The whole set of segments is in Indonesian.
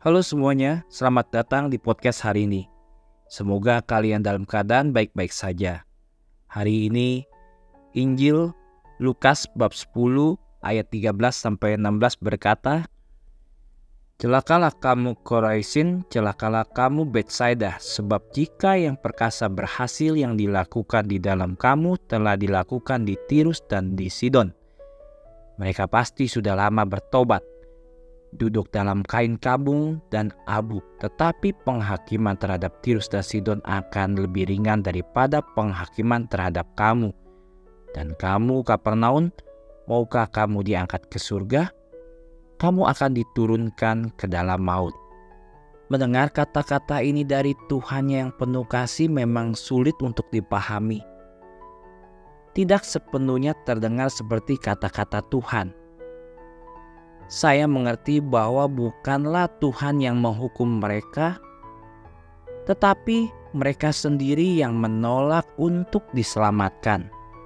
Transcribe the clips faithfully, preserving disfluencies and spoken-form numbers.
Halo semuanya, selamat datang di podcast hari ini. Semoga kalian dalam keadaan baik-baik saja. Hari ini Injil Lukas bab sepuluh ayat tiga belas sampai enam belas berkata, "Celakalah kamu Koraisin, celakalah kamu Betsaida, sebab jika yang perkasa berhasil yang dilakukan di dalam kamu telah dilakukan di Tirus dan di Sidon. Mereka pasti sudah lama bertobat, duduk dalam kain kabung dan abu, tetapi penghakiman terhadap Tirus dan Sidon akan lebih ringan daripada penghakiman terhadap kamu. Dan kamu Kapernaum, maukah kamu diangkat ke surga? Kamu akan diturunkan ke dalam maut." Mendengar kata-kata ini dari Tuhan yang penuh kasih memang sulit untuk dipahami. Tidak sepenuhnya terdengar seperti kata-kata Tuhan. Saya mengerti bahwa bukanlah Tuhan yang menghukum mereka, tetapi mereka sendiri yang menolak untuk diselamatkan.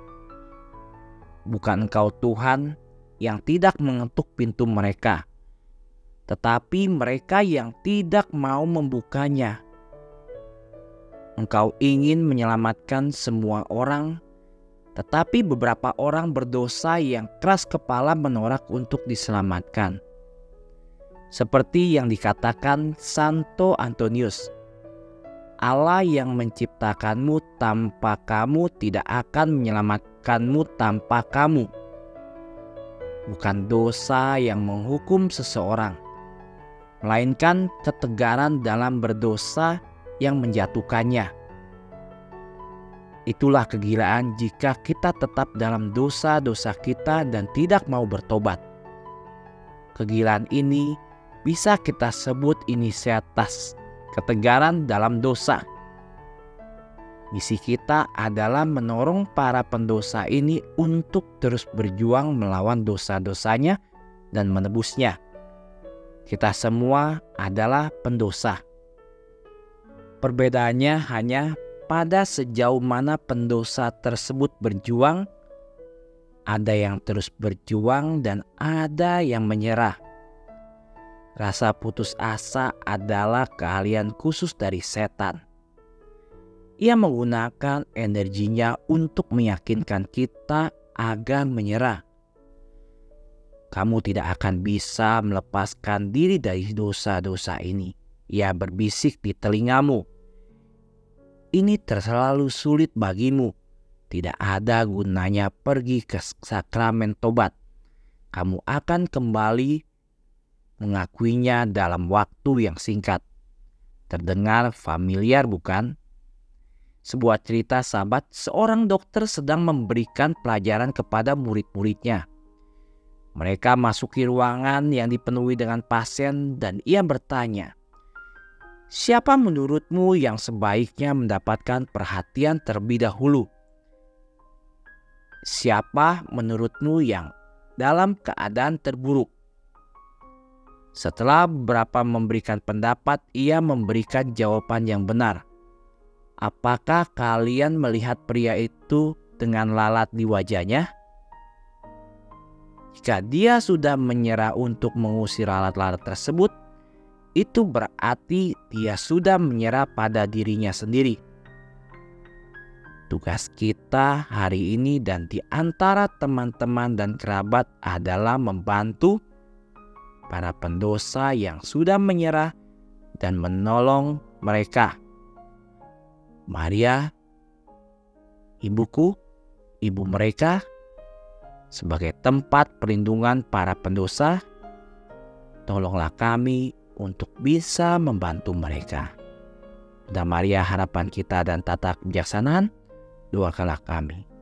Bukan Engkau Tuhan yang tidak mengetuk pintu mereka, tetapi mereka yang tidak mau membukanya. Engkau ingin menyelamatkan semua orang, tetapi beberapa orang berdosa yang keras kepala menolak untuk diselamatkan. Seperti yang dikatakan Santo Antonius, Allah yang menciptakanmu tanpa kamu tidak akan menyelamatkanmu tanpa kamu. Bukan dosa yang menghukum seseorang, melainkan ketegaran dalam berdosa yang menjatuhkannya. Itulah kegilaan jika kita tetap dalam dosa-dosa kita dan tidak mau bertobat. Kegilaan ini bisa kita sebut inisiatas, ketegaran dalam dosa. Misi kita adalah mendorong para pendosa ini untuk terus berjuang melawan dosa-dosanya dan menebusnya. Kita semua adalah pendosa. Perbedaannya hanya pada sejauh mana pendosa tersebut berjuang. Ada yang terus berjuang dan ada yang menyerah. Rasa putus asa adalah keahlian khusus dari setan. Ia menggunakan energinya untuk meyakinkan kita agar menyerah. Kamu tidak akan bisa melepaskan diri dari dosa-dosa ini. Ia berbisik di telingamu. Ini terlalu sulit bagimu. Tidak ada gunanya pergi ke sakramen tobat. Kamu akan kembali mengakuinya dalam waktu yang singkat. Terdengar familiar bukan? Sebuah cerita sahabat, seorang dokter sedang memberikan pelajaran kepada murid-muridnya. Mereka masuki ruangan yang dipenuhi dengan pasien dan ia bertanya, "Siapa menurutmu yang sebaiknya mendapatkan perhatian terlebih dahulu? Siapa menurutmu yang dalam keadaan terburuk?" Setelah beberapa memberikan pendapat, ia memberikan jawaban yang benar. "Apakah kalian melihat pria itu dengan lalat di wajahnya? Jika dia sudah menyerah untuk mengusir lalat-lalat tersebut, itu berarti dia sudah menyerah pada dirinya sendiri." Tugas kita hari ini dan di antara teman-teman dan kerabat adalah membantu para pendosa yang sudah menyerah dan menolong mereka. Maria, ibuku, ibu mereka, sebagai tempat perlindungan para pendosa, tolonglah kami untuk bisa membantu mereka. Dan Maria, harapan kita dan tata kebijaksanaan, doakanlah kami.